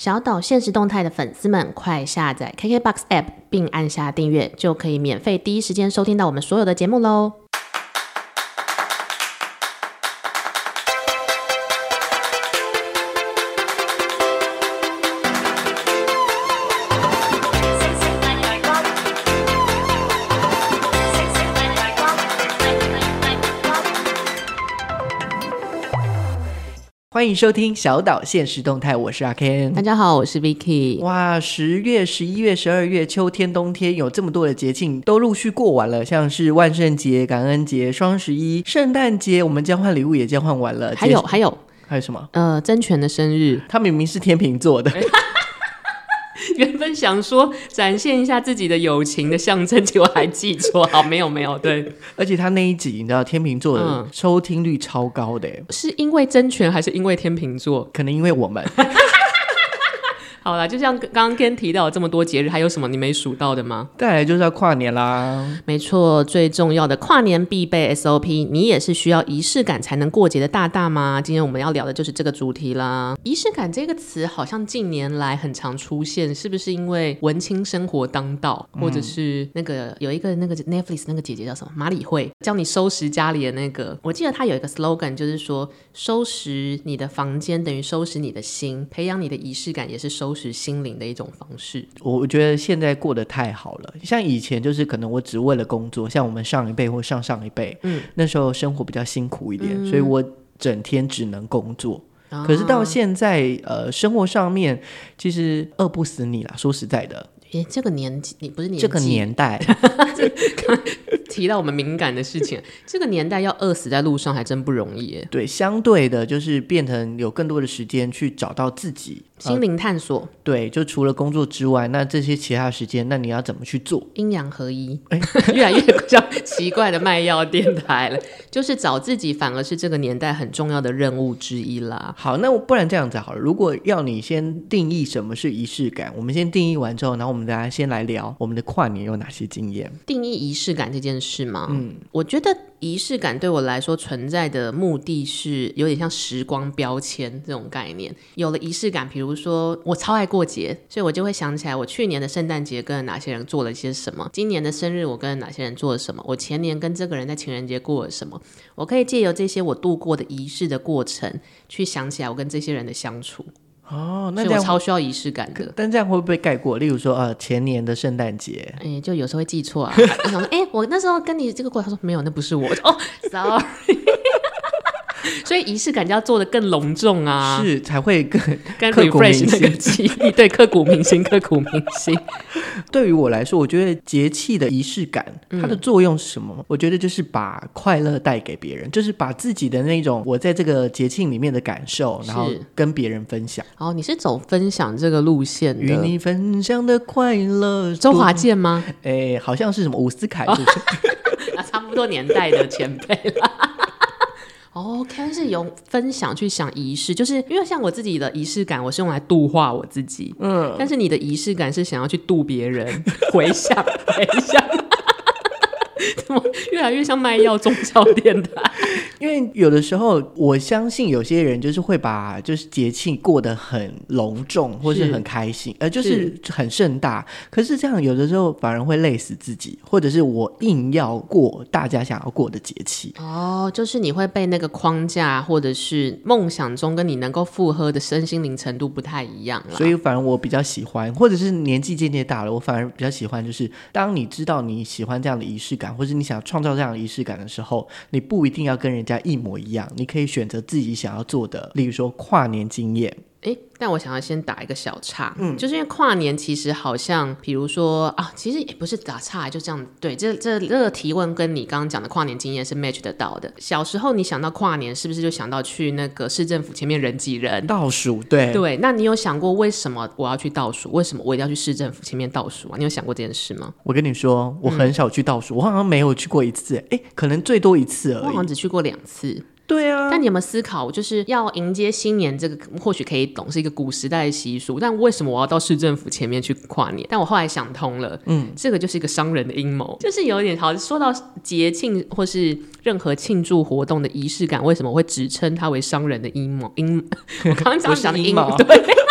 小岛限时动态的粉丝们，快下载 KKBOX App 并按下订阅，就可以免费第一时间收听到我们所有的节目咯。 欢迎收听小岛限时动态，我是阿 Ken。 大家好，我是 Vicky。 哇，10月、11月、12月，秋天、冬天有这么多的节庆都陆续过完了，像是万圣节、感恩节、双11、圣诞节，我们交换礼物也交换完了。还有什么？ 曾权的生日， 他明明是天秤座的。 原本想说展现一下自己的友情的象征，结果还记错。好，没有，对。 而且他那一集，你知道天秤座的收听率超高的， 是因为曾权还是因为天秤座？ 可能因为我们。 好啦，就像刚刚Ken提到这么多节日，还有什么你没数到的吗？ 再来就是要跨年啦。 没错，最重要的跨年必备 SOP， 你也是需要仪式感才能过节的大吗？今天我们要聊的就是这个主题啦。仪式感这个词好像近年来很常出现，是不是因为文青生活当道，或者是有一个Netflix 那个姐姐叫什么马里会，教你收拾家里的那个，我记得她有一个 slogan， 就是说收拾你的房间等于收拾你的心，培养你的仪式感也是收拾心灵的一种方式。 我觉得现在过得太好了，像以前就是可能我只为了工作，像我们上一辈或上一辈，那时候生活比较辛苦一点，所以我整天只能工作。可是到现在生活上面其实饿不死你啦，说实在的。 这个年纪，你不是年纪， 这个年代提到我们敏感的事情，这个年代要饿死在路上还真不容易耶。 对，相对的就是变成有更多的时间去找到自己心灵探索。 对，就除了工作之外，那这些其他的时间，那你要怎么去做？ 阴阳合一，越来越像奇怪的卖药电台了。就是找自己，反而是这个年代很重要的任务之一啦。 好，那不然这样子好了，如果要你先定义什么是仪式感，我们先定义完之后，然后我们大家先来聊我们的跨年有哪些经验。 定义仪式感这件事吗？我觉得仪式感对我来说存在的目的是有点像时光标签这种概念。有了仪式感，比如说我超爱过节，所以我就会想起来我去年的圣诞节跟了哪些人做了些什么，今年的生日我跟了哪些人做了什么，我前年跟这个人在情人节过了什么。我可以借由这些我度过的仪式的过程去想起来我跟这些人的相处。那所以我超需要仪式感的。 但这样会不会盖过？例如说前年的圣诞节， 就有时候会记错啊。我想说我那时候跟你这个过，他说没有，那不是我。sorry。所以仪式感就要做得更隆重啊， 是才会更 refresh 那个记忆。对，刻骨铭心。 对于我来说，我觉得节气的仪式感它的作用是什么？我觉得就是把快乐带给别人，就是把自己的那种我在这个节庆里面的感受，然后跟别人分享。 你是走分享这个路线的。 与你分享的快乐， 周华健吗？ 好像是什么伍思凯，是不是？ 差不多年代的前辈啦。Ken 是用分享去想仪式，就是因为像我自己的仪式感，我是用来度化我自己。但是你的仪式感是想要去度别人，回想。怎么越来越像卖药宗教电台？ 因为有的时候我相信有些人就是会把就是节庆过得很隆重或是很开心，就是很盛大，可是这样有的时候反而会累死自己，或者是我硬要过大家想要过的节气。 就是你会被那个框架或者是梦想中跟你能够负荷的身心灵程度不太一样啦。 所以反而我比较喜欢，或者是年纪渐渐大了，我反而比较喜欢就是当你知道你喜欢这样的仪式感，或是你想创造这样的仪式感的时候，你不一定要跟人家一模一样，你可以选择自己想要做的，例如说跨年经验。 但我想要先打一个小岔，就是因为跨年其实好像比如说其实也不是打岔，就这样。对，这个提问跟你刚刚讲的跨年经验是 match 得到的。小时候你想到跨年是不是就想到去那个市政府前面人挤人倒数？对， 那你有想过为什么我要去倒数？为什么我一定要去市政府前面倒数啊？你有想过这件事吗？ 我跟你说，我很少去倒数，我好像没有去过一次，可能最多一次而已。 我好像只去过2次。 对啊， 但你有没有思考，就是要迎接新年这个或许可以懂是一个古时代的习俗，但为什么我要到市政府前面去跨年？但我后来想通了，这个就是一个商人的阴谋，就是有点好。说到节庆或是任何庆祝活动的仪式感，为什么我会指称它为商人的阴谋？我刚刚讲的阴谋，对。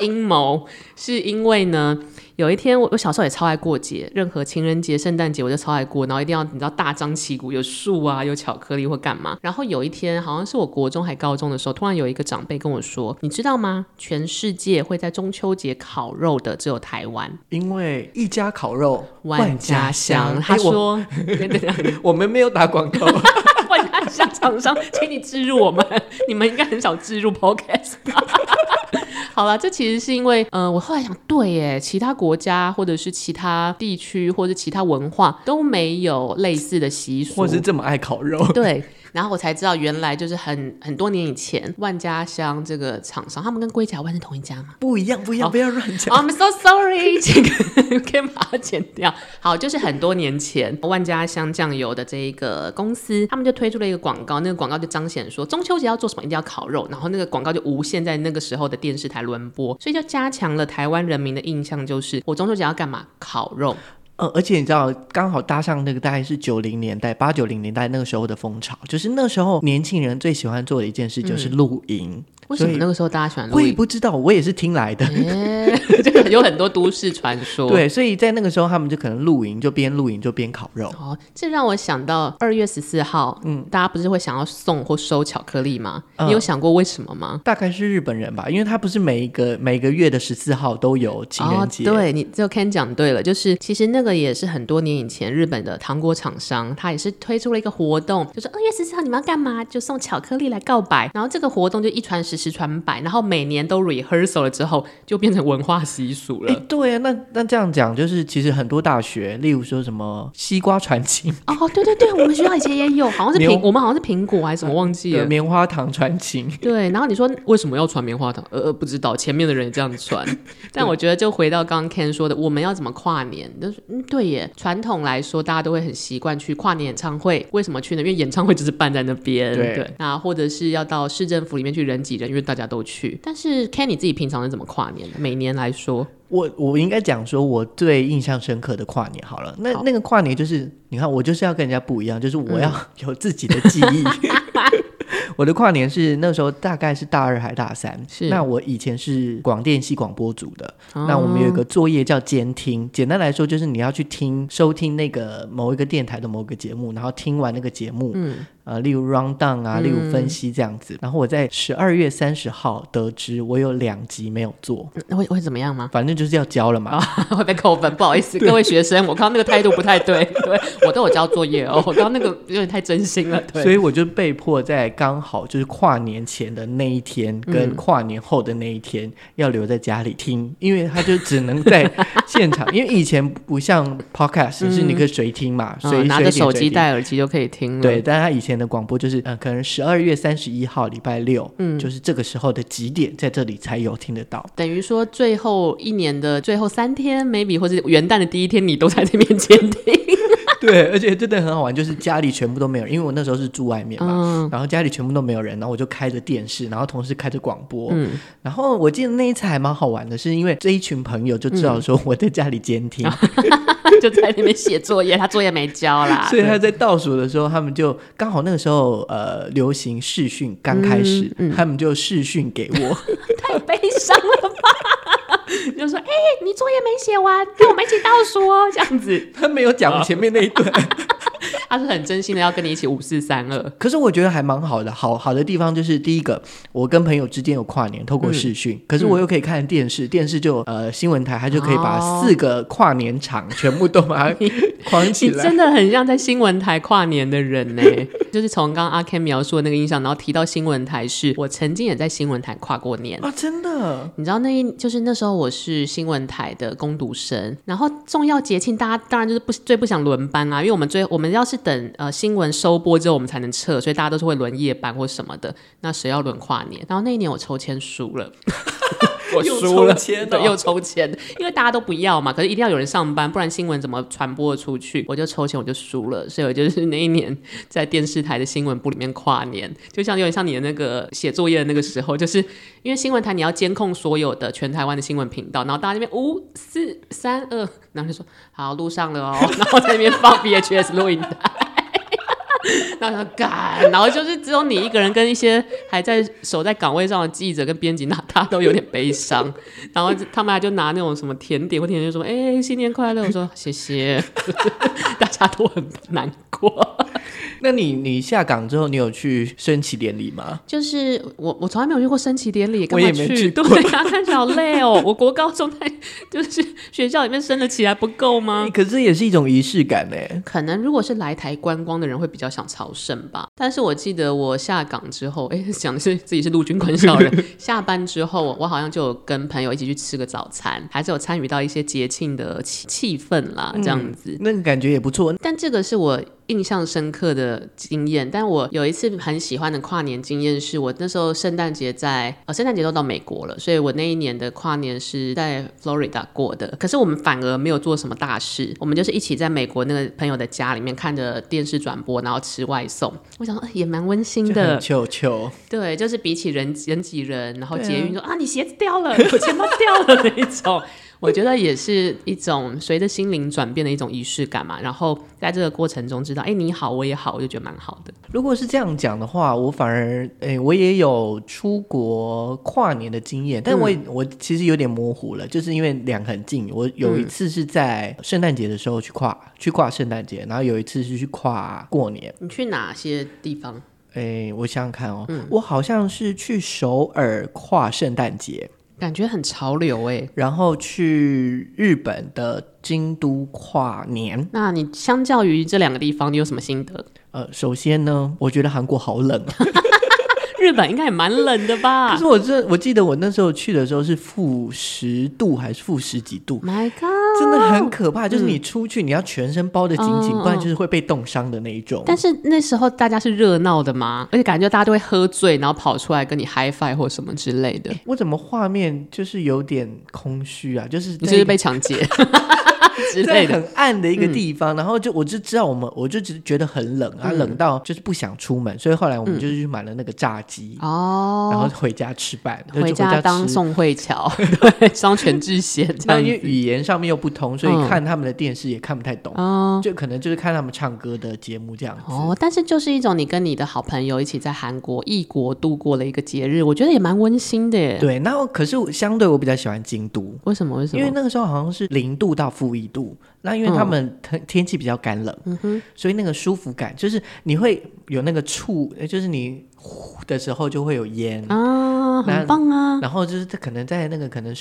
阴谋，是因为呢，有一天我小时候也超爱过节，任何情人节、圣诞节我就超爱过，然后一定要你知道大张旗鼓，有树啊，有巧克力或干嘛。然后有一天好像是我国中还高中的时候，突然有一个长辈跟我说：“你知道吗？全世界会在中秋节烤肉的只有台湾， 因为一家烤肉万家香。”他说：“ 我们没有打广告。” 万家香厂商，请你置入我们，你们应该很少置入 podcast 吧？好了，这其实是因为我后来想，对耶，其他国家或者是其他地区或者其他文化都没有类似的习俗， 或是这么爱烤肉。 对。然后我才知道，原来就是很多年以前，万家香这个厂商，他们跟龟甲万是同一家吗？ 不一样，不要乱讲。 I'm so sorry， 这个可以把它剪掉。好，就是很多年前，万家香酱油的这一个公司，他们就推出了一个广告，那个广告就彰显说中秋节要做什么，一定要烤肉，然后那个广告就无限在那个时候的电视台轮播，所以就加强了台湾人民的印象，就是我中秋节要干嘛？烤肉。 而且你知道，刚好搭上那个大概是90年代、80、90年代那个时候的风潮，就是那时候年轻人最喜欢做的一件事就是露营。 为什么那个时候大家喜欢露营？ 我也不知道，我也是听来的。 这个有很多都市传说。 对，所以在那个时候他们就可能露营，就边露营就边烤肉。 哦，这让我想到2月14号，大家不是会想要送或收巧克力吗？你有想过为什么吗？ 大概是日本人吧，因为他不是每个月的14号都有情人节。 对，你就 Ken 讲对了，就是其实那个也是很多年以前日本的糖果厂商，他也是推出了一个活动，就是2月14号你们要干嘛？就送巧克力来告白，然后这个活动就一传十，十传百，然后每年都 rehearsal 了之后，就变成文化习俗了。 对啊，那这样讲，就是其实很多大学，例如说什么西瓜传情， 对，我们学校以前也有，好像是我们好像是苹果还是什么忘记了， 棉花糖传情。 对，然后你说为什么要传棉花糖？不知道，前面的人也这样传。但我觉得就回到刚刚 Ken 说的，我们要怎么跨年？对耶，传统来说大家都会很习惯去跨年演唱会，为什么去呢？因为演唱会就是办在那边，对，那或者是要到市政府里面去人挤人，因为大家都去。但是 Ken 你自己平常是怎么跨年的？每年来说， 我应该讲说我最印象深刻的跨年好了，那个跨年就是你看我就是要跟人家不一样，就是我要有自己的记忆。我的跨年是那时候大概是大2还大3，那我以前是广电系广播组的，那我们有一个作业叫监听，简单来说就是你要去收听那个某一个电台的某个节目，然后听完那个节目，例如 round down 啊，例如分析这样子。然后我在12月30号得知我有2集没有做， 会怎么样吗？ 反正就是要交了嘛， 会被扣分，不好意思各位学生，我刚刚那个态度不太对，对，我都有交作业哦，我刚刚那个有点太真心了，对， 所以我就被迫在刚好就是跨年前的那一天跟跨年后的那一天要留在家里听，因为他就只能在现场，因为以前不像 podcast 是你可以随听嘛， 拿着手机戴耳机就可以听了， 对，但他以前的广播就是可能12月31号礼拜六，就是这个时候的几点在这里才有听得到， 等于说最后一年的最后3天 maybe 或是元旦的第一天你都在这边监听。 对，而且真的很好玩，就是家里全部都没有人，因为我那时候是住外面嘛，然后家里全部都没有人，然后我就开着电视，然后同时开着广播，然后我记得那一次还蛮好玩的，是因为这一群朋友就知道说我在家里监听， 就在那边写作业，他作业没交啦， 所以他在倒数的时候，他们就刚好那个时候流行视讯刚开始，他们就视讯给我， 太悲伤了吧。就说你作业没写完，跟我们一起倒数哦，这样子。 他没有讲前面那一段， 他是很真心的要跟你一起5、4、3、2。 可是我觉得还蛮好的，好的地方就是第一个，我跟朋友之间有跨年，透过视讯，可是我又可以看电视，电视就新闻台，他就可以把4个跨年场全部都把它框起来。 你真的很像在新闻台跨年的人呢，就是从刚刚阿 Ken 描述的那个印象，然后提到新闻台，是我曾经也在新闻台跨过年啊，真的。 你知道就是那时候我是新闻台的工读生，然后重要节庆大家当然就是最不想轮班啦，因为我们要是等新闻收播之后我们才能撤，所以大家都是会轮夜班或什么的，那谁要轮跨年？然后那一年我抽签输了。我输了，对，又抽签，因为大家都不要嘛，可是一定要有人上班，不然新闻怎么传播出去？我就抽签，我就输了，所以我就是那一年在电视台的新闻部里面跨年，就像有点像你的那个写作业的那个时候，就是因为新闻台你要监控所有的全台湾的新闻频道，然后大家那边5、4、3、2，然后就说好录上了哦，然后在那边放 VHS 录影带。 然后干，然后就是只有你一个人跟一些还在守在岗位上的记者跟编辑，他都有点悲伤，然后他们还就拿那种什么甜点或甜点就说新年快乐，我说谢谢大家都很难过。 那你下岗之后，你有去升旗典礼吗？ 就是我从来没有去过升旗典礼， 我也没去过。 对啊，看起来好累哦。我国高中在就是学校里面升得起来不够吗？ 可是也是一种仪式感耶。 可能如果是来台观光的人会比较想朝圣吧。但是我记得我下岗之后，讲的是自己是陆军官校人，下班之后我好像就有跟朋友一起去吃个早餐，还是有参与到一些节庆的气氛啦，这样子。 那个感觉也不错。 但这个是我印象深刻的经验，但我有一次很喜欢的跨年经验是我那时候圣诞节圣诞节都到美国了，所以我那一年的跨年是在 Florida 过的。可是我们反而没有做什么大事，我们就是一起在美国那个朋友的家里面看着电视转播，然后吃外送。我想说也蛮温馨的， 就很秋。 对，就是比起人挤人，然后捷运说你鞋子掉了，我钱包掉了那一种。我觉得也是一种随着心灵转变的一种仪式感嘛，然后在这个过程中知道你好我也好，我就觉得蛮好的。 如果是这样讲的话，我反而我也有出国跨年的经验，但我其实有点模糊了，就是因为两个很近。我有一次是在圣诞节的时候去跨圣诞节，然后有一次是去跨过年。 你去哪些地方？ 我想想看我好像是去首尔跨圣诞节， 感觉很潮流然后去日本的京都跨年。 那你相较于这两个地方你有什么心得？ 首先呢，我觉得韩国好冷日本应该也蛮冷的吧？ 可是我记得我那时候去的时候是-10度还是-10几度 My God， 真的很可怕。就是你出去你要全身包得紧紧，不然就是会被冻伤的那一种。 但是那时候大家是热闹的吗？而且感觉大家都会喝醉，然后跑出来跟你 high five 或什么之类的。 我怎么画面就是有点空虚啊？就是你是不是被抢劫之类的， 在很暗的一个地方，然后我就知道我就只觉得很冷啊，冷到就是不想出门，所以后来我们就是去买了那个炸鸡然后回家吃饭， 回家当宋慧乔对，当全智贤这样子。 因为语言上面又不同，所以看他们的电视也看不太懂就可能就是看他们唱歌的节目这样子但是就是一种你跟你的好朋友一起在韩国异国度过了一个节日，我觉得也蛮温馨的耶。 对，那可是相对我比较喜欢京都。 为什么？ 因为那个时候好像是0度到-1度，那因为他们天气比较干冷所以那个舒服感就是你会有那个就是你呼的时候就会有烟很棒啊。 然后就是可能在那个可能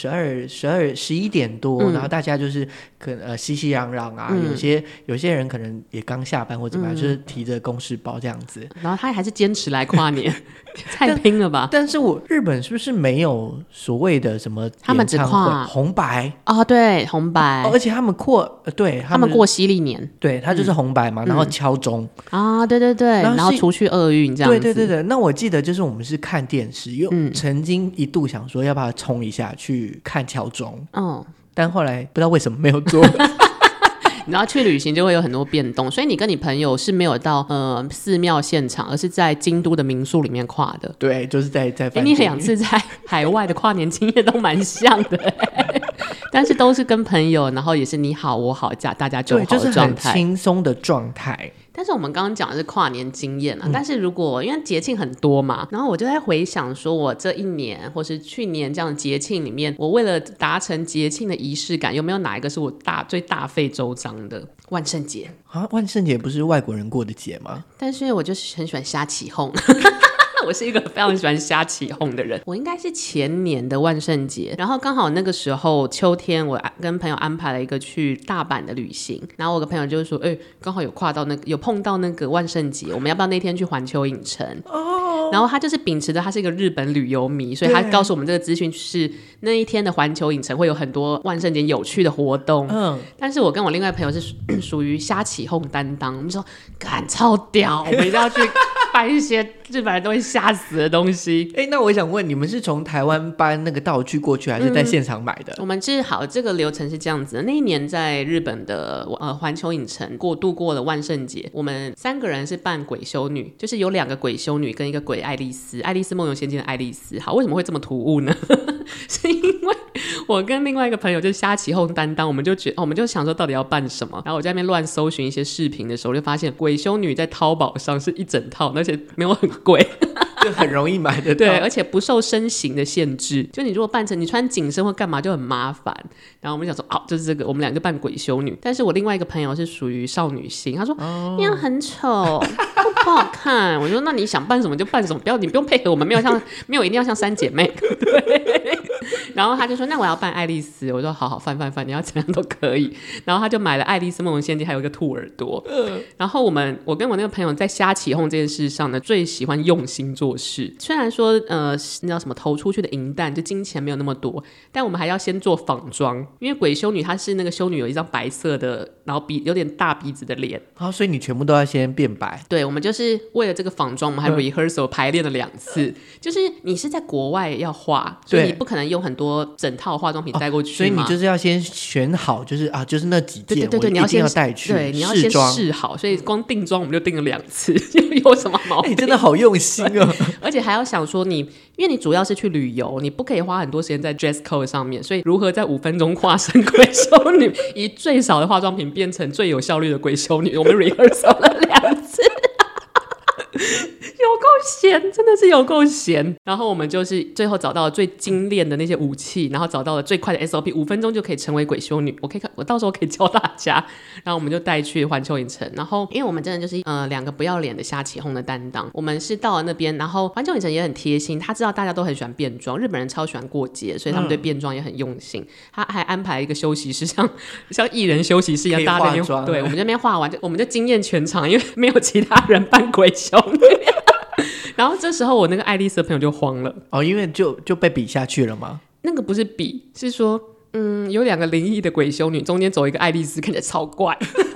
11点多然后大家就是熙熙攘攘啊有些人可能也刚下班或怎么样就是提着公事包这样子， 然后他还是坚持来跨年太拼了吧。 但是日本是不是没有所谓的什么演唱会？ 他们只跨红白对，红白而且他们他们过西历年， 对，他就是红白嘛然后敲钟对对对，然后出去厄运这样子。 对对对对，那我记得就是我们是看电视，又曾经一度想说要不要冲一下去看敲钟但后来不知道为什么没有做你知道去旅行就会有很多变动，所以你跟你朋友是没有到寺庙现场，而是在京都的民宿里面跨的。 对，就是在饭店。 你2次在海外的跨年经验都蛮像的但是都是跟朋友，然后也是你好我好大家就好的状态， 就是很轻松的状态。 但是我们刚刚讲的是跨年经验但是如果因为节庆很多嘛，然后我就在回想说我这一年或是去年这样的节庆里面，我为了达成节庆的仪式感，有没有哪一个是我最大费周章的？万圣节万圣节不是外国人过的节吗？ 但是我就是很喜欢瞎起哄我是一个非常喜欢瞎起哄的人。我应该是前年的万圣节，然后刚好那个时候秋天，我跟朋友安排了一个去大阪的旅行，然后我有个朋友就是说刚好有碰到那个万圣节，我们要不要那天去环球影城然后他就是秉持着他是一个日本旅游迷，所以他告诉我们这个资讯是那一天的环球影城会有很多万圣节有趣的活动但是我跟我另外朋友是属于瞎起哄担当，我们说干超屌，我们一定要去办一些日本人都会吓死的东西那我想问你们是从台湾搬那个道具过去还是在现场买的？ 我们是这个流程是这样子的，那一年在日本的环球影城度过了万圣节，我们3个人是扮鬼修女，就是有2个鬼修女跟一个鬼爱丽丝梦游仙境的爱丽丝。好，为什么会这么突兀呢是因为我跟另外一个朋友就是瞎起哄担当，我们就想说到底要办什么，然后我在那边乱搜寻一些视频的时候，就发现鬼修女在淘宝上是一整套，而且没有很贵。 就很容易买得到， 对，而且不受身形的限制。就你如果扮成你穿紧身或干嘛就很麻烦。然后我们就想说，就是这个，我们两个扮鬼修女。但是我另外一个朋友是属于少女心，他说那样很丑，不好看。我说那你想扮什么就扮什么，你不用配合我们，没有一定要像三姐妹。对。然后他就说那我要扮爱丽丝，我说好犯，你要怎样都可以。然后他就买了爱丽丝梦游仙境还有一个兔耳朵。然后我跟我那个朋友在瞎起哄这件事上呢，最喜欢用心做事。虽然说你知道什么投出去的银弹就金钱没有那么多，但我们还要先做仿妆，因为鬼修女她是那个修女有一张白色的，然后有点大鼻子的脸。 所以你全部都要先变白。 对，我们就是为了这个仿妆，我们还 rehearsal 排练了2次。就是你是在国外要画，所以你不可能用很多整套化妆品带过去嘛， 所以你就是要先选好，就是那几件， 对， 你要先带去， 对，你要先试好。所以光定妆我们就定了2次，有什么毛病？ 你真的好用心哦。 而且还要想说因为你主要是去旅游，你不可以花很多时间在 dress code 上面，所以如何在5分钟化身鬼修女，以最少的化妆品变成最有效率的鬼修女，我们 rehearsal 了2次。有够闲，真的是有够闲。然后我们就是最后找到了最精炼的那些武器，然后找到了最快的 SOP， 5分钟就可以成为鬼修女。我到时候可以教大家。然后我们就带去环球影城，然后因为我们真的就是2个不要脸的瞎起哄的担当，我们是到了那边，然后环球影城也很贴心，他知道大家都很喜欢变装，日本人超喜欢过节，所以他们对变装也很用心。他还安排一个休息室，像艺人休息室一样，大家在那边，对，我们这边画完我们就惊艳全场，因为没有其他人扮鬼修女。然后这时候我那个爱丽丝的朋友就慌了， 因为就被比下去了吗？ 那个不是比，是说有2个灵异的鬼修女，中间走一个爱丽丝，看起来超怪。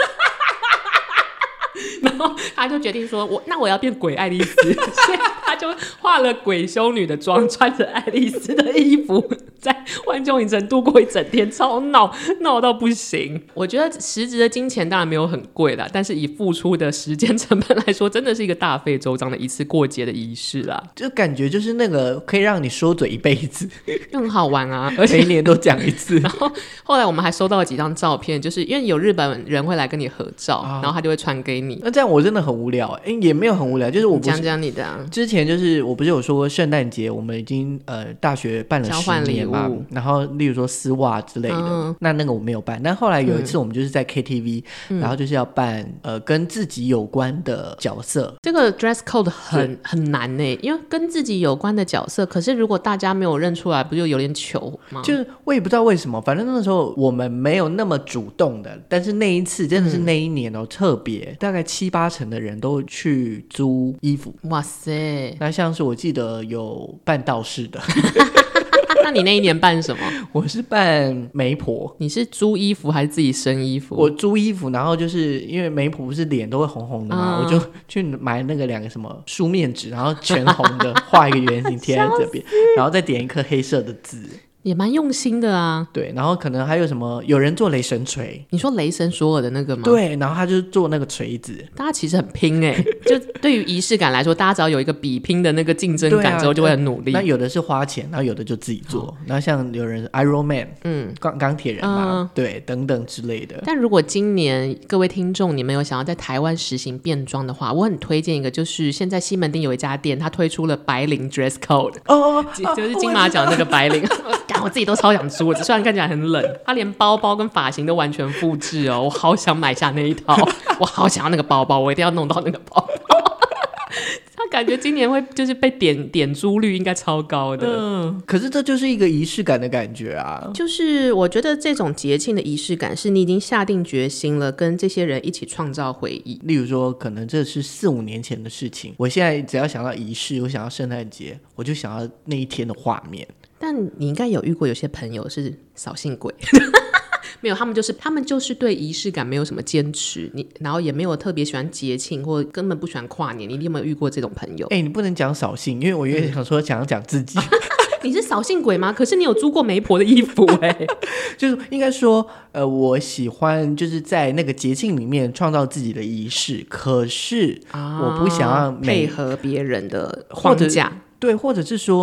然后他就决定说那我要变鬼爱丽丝，所以他就化了鬼修女的妆，穿着爱丽丝的衣服，在环球影城度过一整天，超闹到不行。我觉得实质的金钱当然没有很贵啦，但是以付出的时间成本来说，真的是一个大费周章的一次过节的仪式啦。 就感觉就是那个可以让你说嘴一辈子， 就很好玩啊，而且每年都讲一次。 然后后来我们还收到了几张照片，就是因为有日本人会来跟你合照，然后他就会传给你。 那这样我真的很无聊。也没有很无聊，就是我不是讲你的之前就是我不是有说过圣诞节我们已经大学办了10年嘛，然后例如说丝袜之类的，那个我没有办。但后来有一次我们就是在 KTV，然后就是要办跟自己有关的角色。 这个 dress code 很难耶，因为跟自己有关的角色，可是如果大家没有认出来，不就有点糗吗？ 就是我也不知道为什么，反正那时候我们没有那么主动的，但是那一次真的是那一年特别，大概7-8成的人都去租衣服。 哇塞， 那像是我记得有扮道士的。 那你那一年扮什么？ 我是扮媒婆。 你是租衣服还是自己生衣服？ 我租衣服，然后就是因为媒婆不是脸都会红红的嘛，我就去买那个2个什么书面纸，然后全红的画一个圆形贴在这边，然后再点一颗黑色的字。 也蛮用心的啊。 对，然后可能还有什么，有人做雷神锤。 你说雷神索尔的那个吗？ 对，然后他就做那个锤子。 大家其实很拼就对于仪式感来说，大家只要有一个比拼的那个竞争感之后，就会很努力。 那有的是花钱，然后有的就自己做。然后像有人 Iron Man， 钢铁人嘛，对，等等之类的。 但如果今年各位听众你们有想要在台湾实行变装的话，我很推荐一个，就是现在西门町有一家店，它推出了白领 dress code。就是金马奖那个白领。我自己都超想租的，虽然看起来很冷，它连包包跟发型都完全复制哦，我好想买下那一套，我好想要那个包包，我一定要弄到那个包包。他感觉今年会就是被点租率应该超高的。 可是这就是一个仪式感的感觉啊。 就是我觉得这种节庆的仪式感是你已经下定决心了，跟这些人一起创造回忆。 例如说可能这是4-5年前的事情，我现在只要想到仪式，我想要圣诞节，我就想要那一天的画面。 但你应该有遇过有些朋友是扫兴鬼。没有，他们就是对仪式感没有什么坚持，然后也没有特别喜欢节庆，或根本不喜欢跨年。你有没有遇过这种朋友？ 你不能讲扫兴，因为我原本想说想要讲自己。 你是扫兴鬼吗？可是你有租过媒婆的衣服就是应该说我喜欢就是在那个节庆里面创造自己的仪式，可是我不想要配合别人的框架。 对，或者是说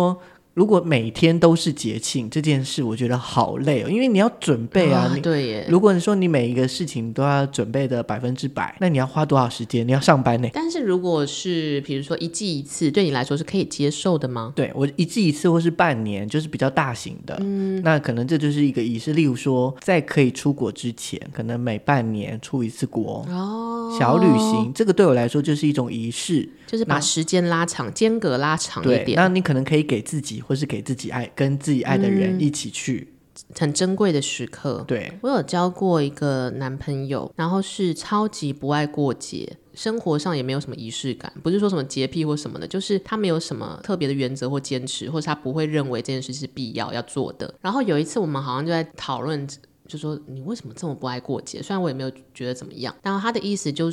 如果每天都是节庆这件事，我觉得好累哦，因为你要准备啊。 对耶。 如果你说你每一个事情都要准备的100%，那你要花多少时间？你要上班呢。 但是如果是比如说一季一次，对你来说是可以接受的吗？ 对，我一季一次或是半年，就是比较大型的。那可能这就是一个仪式，例如说在可以出国之前，可能每半年出一次国。小旅行，这个对我来说就是一种仪式， 就是把时间拉长，间隔拉长一点。 对，那你可能可以给自己，或是给自己跟自己爱的人一起去。 很珍贵的时刻。 对， 我有交过一个男朋友，然后是超级不爱过节，生活上也没有什么仪式感，不是说什么洁癖或什么的，就是他没有什么特别的原则或坚持，或是他不会认为这件事是必要做的。然后有一次我们好像就在讨论，就说你为什么这么不爱过节？虽然我也没有觉得怎么样，然后他的意思就是，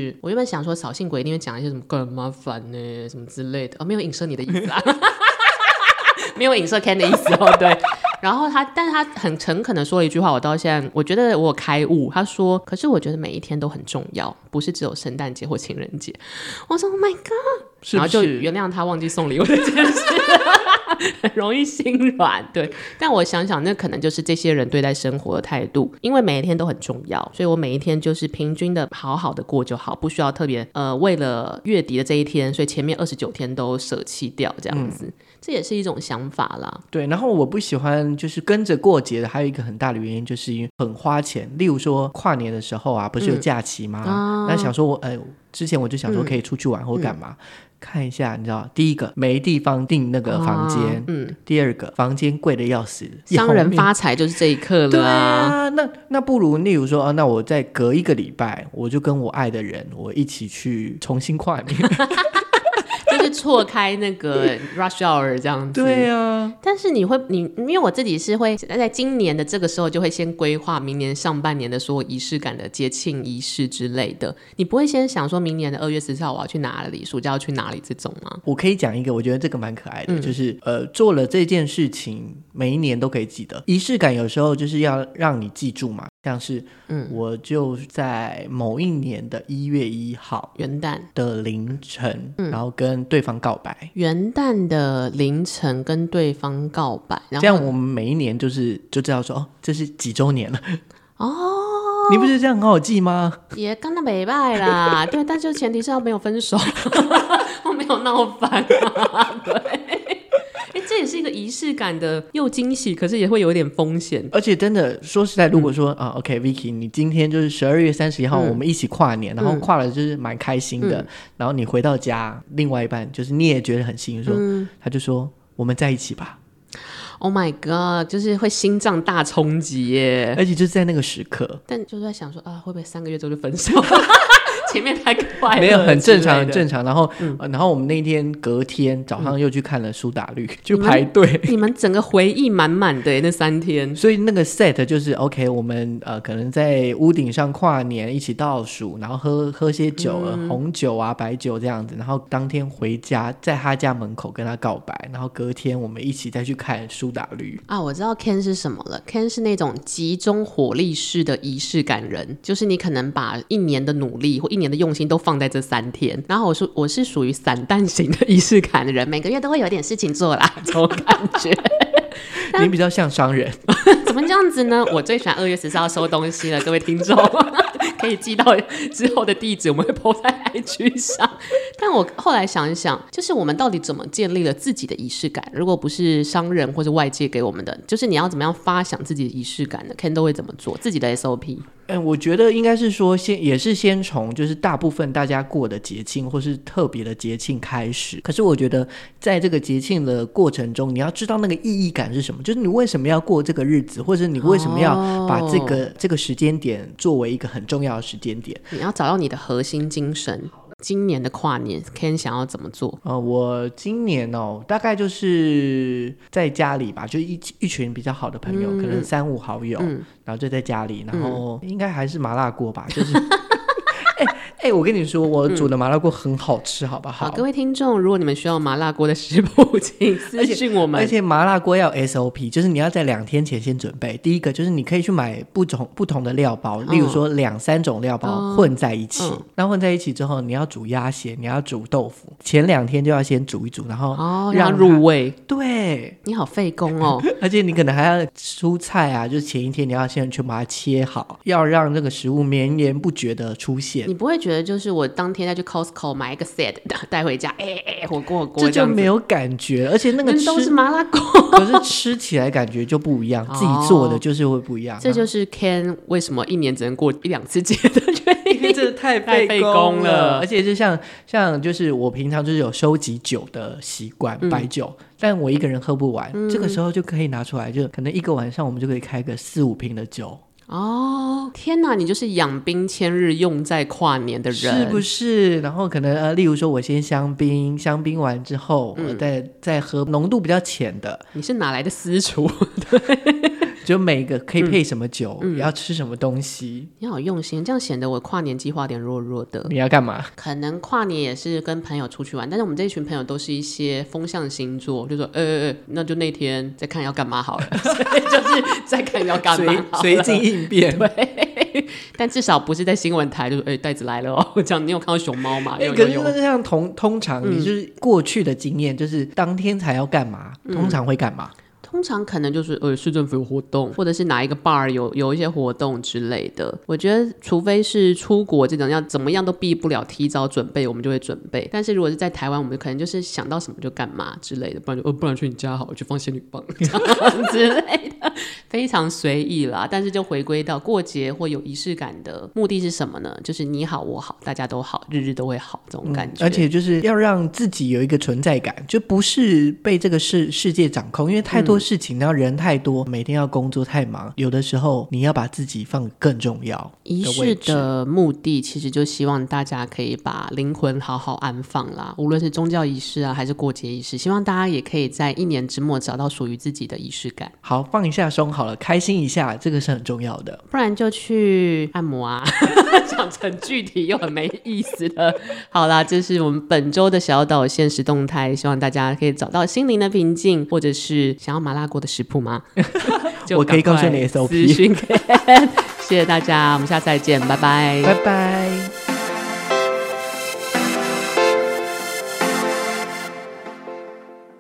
我原本想说扫兴鬼一定会讲一些什么个人麻烦呢什么之类的，没有影射你的意思啊，没有影射 Ken 的意思哦，对。然后但是他很诚恳的说了一句话，我到现在我觉得我有开悟。他说：“可是我觉得每一天都很重要，不是只有圣诞节或情人节。”我说 ：“Oh my god！” 是不是？ 然后就原谅他忘记送礼物这件事。很容易心软，对。但我想想，那可能就是这些人对待生活的态度，因为每一天都很重要，所以我每一天就是平均的好好的过就好，不需要特别为了月底的这一天，所以前面29天都舍弃掉这样子。这也是一种想法啦。 对，然后我不喜欢就是跟着过节的，还有一个很大的原因就是因为很花钱。例如说跨年的时候啊，不是有假期吗？那想说之前我就想说可以出去玩或干嘛。看一下，你知道，第一个没地方订那个房间，第二个房间贵的要死， 商人发财就是这一刻了。 对啊，那不如例如说那我再隔一个礼拜，我就跟我爱的人，我一起去重新跨年。 就是错开那个 rush hour 这样子。 对啊， 但是因为我自己是会在今年的这个时候就会先规划明年上半年的所有仪式感的节庆仪式之类的。你不会先想说明年的2月14号我要去哪里，暑假要去哪里这种吗？ 我可以讲一个，我觉得这个蛮可爱的，就是做了这件事情，每一年都可以记得。仪式感有时候就是要让你记住嘛，像是我就在某一年的1月1号元旦的凌晨，然后跟对方告白。 元旦的凌晨跟对方告白，然后这样我们每一年就知道说这是几周年了。你不是这样很好记吗？ 也刚那没败啦。对，但就前提是要没有分手我没有闹翻对。这也是一个仪式感的又惊喜，可是也会有点风险。 而且真的说实在，如果说OK Vicky 你今天就是12月31号我们一起跨年，然后跨了就是蛮开心的，然后你回到家，另外一半就是你也觉得很幸运，说他就说我们在一起吧。 Oh my god， 就是会心脏大冲击耶， 而且就是在那个时刻。 但就是在想说会不会3个月之后就分手前面太快乐， 没有，很正常很正常。然后我们那天隔天早上又去看了苏打绿，就排队。 你们整个回忆满满的那3天。 所以那个 set 就是 OK， 我们可能在屋顶上跨年，一起倒数，然后喝些酒，红酒啊白酒这样子，然后当天回家在他家门口跟他告白，然后隔天我们一起再去看苏打绿啊。我知道 Ken 是什么了， Ken 是那种集中火力式的仪式感人，就是你可能把1年的努力或1年的用心都放在这3天，然后我是属于散弹型的仪式感的人，每个月都会有点事情做啦，这种感觉你比较像商人怎么这样子呢？我最喜欢2月14号收东西了，各位听众可以寄到之后的地址，我们会 po 在 IG 上。但我后来想一想，就是我们到底怎么建立了自己的仪式感？如果不是商人或是外界给我们的，就是你要怎么样发想自己的仪式感呢？ Ken 都会怎么做自己的 SOP？ 我觉得应该是说也是先从就是大部分大家过的节庆或是特别的节庆开始。可是我觉得在这个节庆的过程中，你要知道那个意义感是什么，就是你为什么要过这个日子，或者你为什么要把这个时间点作为一个很重要的时间点， 你要找到你的核心精神。今年的跨年 Ken 想要怎么做？ 我今年大概就是在家里吧，就一群比较好的朋友，可能3、5好友，然后就在家里，然后应该还是麻辣锅吧，就是我跟你说，我煮的麻辣锅很好吃，好不好？ 好，各位听众，如果你们需要麻辣锅的食谱，请私讯我们。 而且麻辣锅要 SOP， 就是你要在2天前先准备。第一个就是你可以去买不同的料包，例如说2-3种料包混在一起。那混在一起之后，你要煮鸭血，你要煮豆腐，前2天就要先煮一煮，然后让它入味。 对， 你好费工哦。 而且你可能还要蔬菜啊，就是前一天你要先去把它切好，要让这个食物绵延不绝的出现。 你不会觉得就是我当天再去 Costco 买一个 set 带回家，火锅这就没有感觉，而且那个都是麻辣锅， 可是吃起来感觉就不一样，自己做的就是会不一样。 这就是 Ken 为什么1年只能过1-2次节的原因， 这太费工了。而且就像就是我平常就是有收集酒的习惯，白酒，但我一个人喝不完，这个时候就可以拿出来，就可能一个晚上我们就可以开个4-5瓶的酒。 天哪，你就是养兵千日用在跨年的人， 是不是？然后可能例如说我先香槟完之后，我再喝浓度比较浅的。 你是哪来的私厨？ 就每个可以配什么酒，要吃什么东西。 你好用心，这样显得我跨年计划有点弱弱的。 你要干嘛？ 可能跨年也是跟朋友出去玩，但是我们这一群朋友都是一些风象星座，就说那就那天再看要干嘛好了。所以就是再看要干嘛好了， 随机应变。 对，但至少不是在新闻台就袋子来了哦。这样你有看到熊猫吗？ 可是那像通常你就是过去的经验，就是当天才要干嘛，通常会干嘛？ 通常可能就是市政府有活动，或者是哪一个 bar 有一些活动之类的。我觉得除非是出国这种要怎么样都避不了提早准备，我们就会准备。但是如果是在台湾，我们可能就是想到什么就干嘛之类的，不然去你家好了，去放仙女棒这样之类的，非常随意啦。但是就回归到过节或有仪式感的目的是什么呢？就是你好我好大家都好，日日都会好这种感觉。 而且就是要让自己有一个存在感，就不是被这个世界掌控，因为太多事情，然后人太多，每天要工作太忙，有的时候你要把自己放更重要。 仪式的目的其实就希望大家可以把灵魂好好安放啦，无论是宗教仪式啊还是过节仪式，希望大家也可以在1年之末找到属于自己的仪式感。 好，放一下松好了，开心一下，这个是很重要的。 不然就去按摩啊讲成具体又很没意思的。好啦，这是我们本周的小岛限时动态，希望大家可以找到心灵的平静，或者是想要麻辣锅的食谱吗？ 我可以告诉你 SOP。 私讯给谢谢大家，我们下次再见，拜拜， 拜拜。